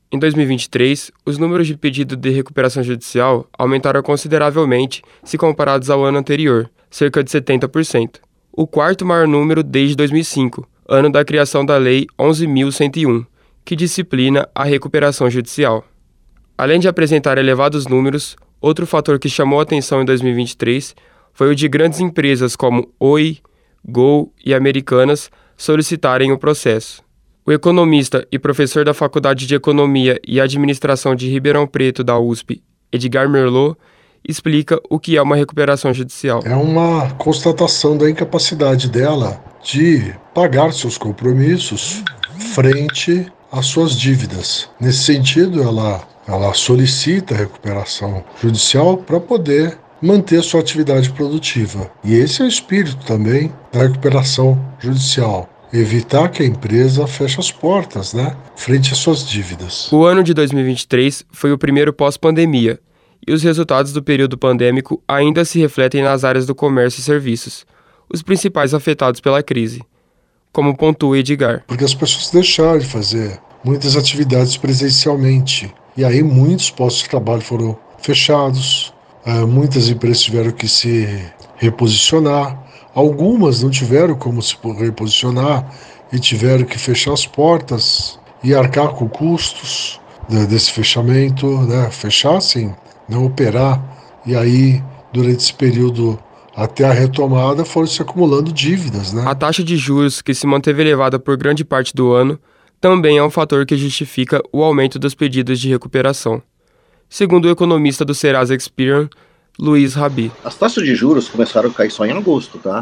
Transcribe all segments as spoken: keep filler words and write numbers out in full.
Em dois mil e vinte e três, os números de pedido de recuperação judicial aumentaram consideravelmente se comparados ao ano anterior, cerca de setenta por cento. O quarto maior número desde dois mil e cinco, ano da criação da Lei onze mil cento e um, que disciplina a recuperação judicial. Além de apresentar elevados números, outro fator que chamou a atenção em dois mil e vinte e três foi o de grandes empresas como Oi, Gol e Americanas solicitarem o processo. O economista e professor da Faculdade de Economia e Administração de Ribeirão Preto, da U S P, Edgar Merlot, explica o que é uma recuperação judicial. É uma constatação da incapacidade dela de pagar seus compromissos frente às suas dívidas. Nesse sentido, ela, ela solicita a recuperação judicial para poder manter sua atividade produtiva. E esse é o espírito também da recuperação judicial. Evitar que a empresa feche as portas, né, frente às suas dívidas. O ano de dois mil e vinte e três foi o primeiro pós-pandemia, e os resultados do período pandêmico ainda se refletem nas áreas do comércio e serviços, os principais afetados pela crise, como pontua Edgar. Porque as pessoas deixaram de fazer muitas atividades presencialmente, e aí muitos postos de trabalho foram fechados, muitas empresas tiveram que se reposicionar. Algumas não tiveram como se reposicionar e tiveram que fechar as portas e arcar com custos desse fechamento, né? Fechar assim, não operar. E aí, durante esse período até a retomada, foram se acumulando dívidas, né? A taxa de juros, que se manteve elevada por grande parte do ano, também é um fator que justifica o aumento dos pedidos de recuperação. Segundo o economista do Serasa Experian, Luiz Rabi. As taxas de juros começaram a cair só em agosto, tá?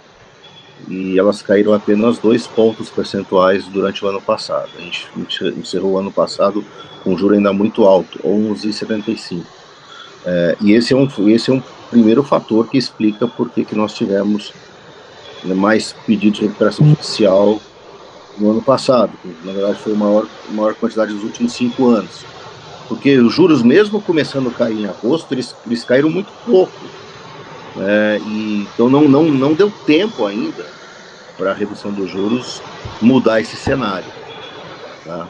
E elas caíram apenas dois pontos percentuais durante o ano passado. A gente encerrou o ano passado com um juro ainda muito alto, onze vírgula setenta e cinco. É, e esse é, um, esse é um primeiro fator que explica por que, que nós tivemos, né, mais pedidos de recuperação judicial no ano passado. Que, na verdade, foi a maior, maior quantidade dos últimos cinco anos. Porque os juros, mesmo começando a cair em agosto, eles, eles caíram muito pouco. É, e, então não, não, não deu tempo ainda para a redução dos juros mudar esse cenário. Tá?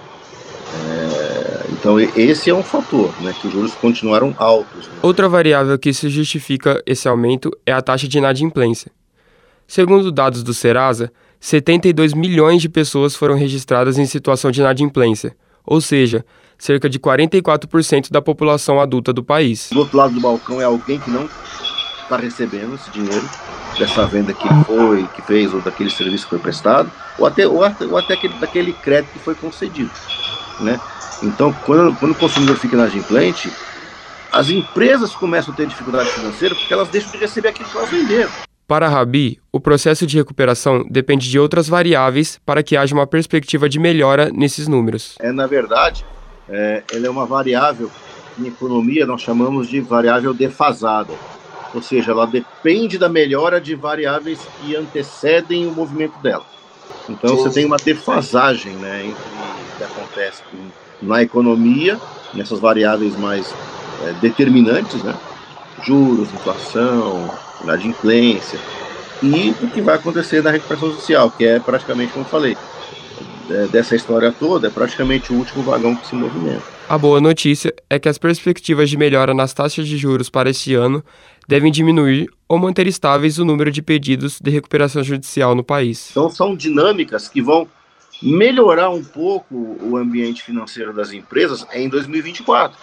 É, então esse é um fator, né, que os juros continuaram altos. Né? Outra variável que se justifica esse aumento é a taxa de inadimplência. Segundo dados do Serasa, setenta e dois milhões de pessoas foram registradas em situação de inadimplência, ou seja, cerca de quarenta e quatro por cento da população adulta do país. Do outro lado do balcão é alguém que não está recebendo esse dinheiro dessa venda que foi, que fez, ou daquele serviço que foi prestado, ou até, ou até, ou até aquele, daquele crédito que foi concedido. Né? Então, quando, quando o consumidor fica inadimplente, as empresas começam a ter dificuldade financeira porque elas deixam de receber aquilo que elas venderam. Para Rabi, o processo de recuperação depende de outras variáveis para que haja uma perspectiva de melhora nesses números. É, na verdade, é, ela é uma variável que em economia nós chamamos de variável defasada. Ou seja, ela depende da melhora de variáveis que antecedem o movimento dela. Então você tem uma defasagem, né, entre o que acontece na economia, nessas variáveis mais é, determinantes, né, juros, inflação, inadimplência, e o que vai acontecer na recuperação judicial, que é praticamente, como eu falei, é, dessa história toda, é praticamente o último vagão que se movimenta. A boa notícia é que as perspectivas de melhora nas taxas de juros para este ano devem diminuir ou manter estáveis o número de pedidos de recuperação judicial no país. Então são dinâmicas que vão melhorar um pouco o ambiente financeiro das empresas em dois mil e vinte e quatro.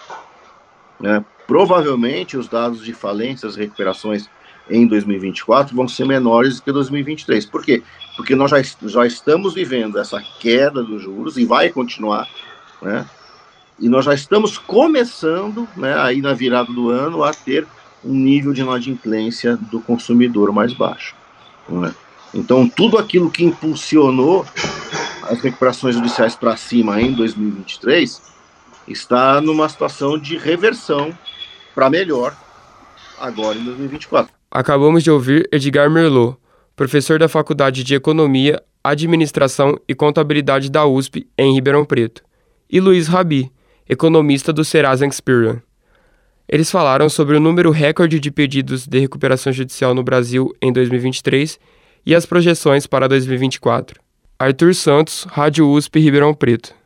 Né? Provavelmente os dados de falências e recuperações em dois mil e vinte e quatro vão ser menores do que dois mil e vinte e três. Por quê? Porque nós já, já estamos vivendo essa queda dos juros e vai continuar, né? E nós já estamos começando, né, aí na virada do ano, a ter um nível de inadimplência do consumidor mais baixo. Né? Então, tudo aquilo que impulsionou as recuperações judiciais para cima em dois mil e vinte e três está numa situação de reversão para melhor agora em dois mil e vinte e quatro. Acabamos de ouvir Edgar Merlot, professor da Faculdade de Economia, Administração e Contabilidade da U S P em Ribeirão Preto, e Luiz Rabi, economista do Serasa Experian. Eles falaram sobre o número recorde de pedidos de recuperação judicial no Brasil em dois mil e vinte e três e as projeções para dois mil e vinte e quatro. Arthur Santos, Rádio U S P Ribeirão Preto.